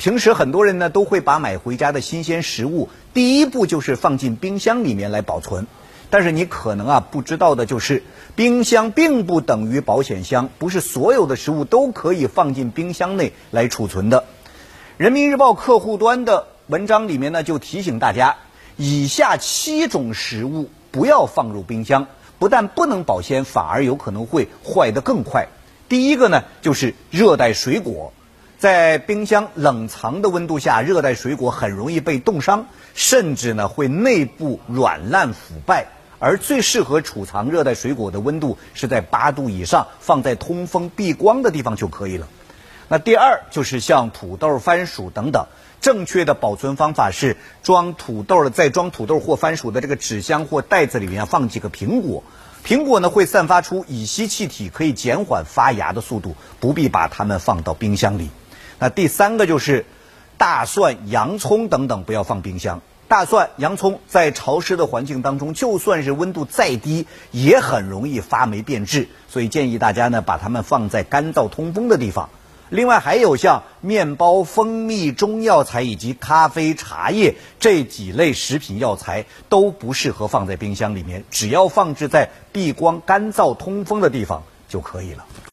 平时很多人呢都会把买回家的新鲜食物，第一步就是放进冰箱里面来保存。但是你可能不知道的就是，冰箱并不等于保险箱，不是所有的食物都可以放进冰箱内来储存的。人民日报客户端的文章里面呢就提醒大家，以下7种食物不要放入冰箱，不但不能保鲜，反而有可能会坏得更快。第一个呢就是热带水果。在冰箱冷藏的温度下，热带水果很容易被冻伤，甚至呢会内部软烂腐败。而最适合储藏热带水果的温度是在8度以上，放在通风避光的地方就可以了。那第二就是像土豆、番薯等等，正确的保存方法是在装土豆或番薯的这个纸箱或袋子里面放几个苹果。苹果呢会散发出乙烯气体，可以减缓发芽的速度，不必把它们放到冰箱里。那第三个就是大蒜、洋葱等等不要放冰箱。大蒜、洋葱在潮湿的环境当中，就算是温度再低，也很容易发霉变质，所以建议大家呢把它们放在干燥通风的地方。另外还有像面包、蜂蜜、中药材以及咖啡、茶叶这几类食品药材都不适合放在冰箱里面，只要放置在避光、干燥、通风的地方就可以了。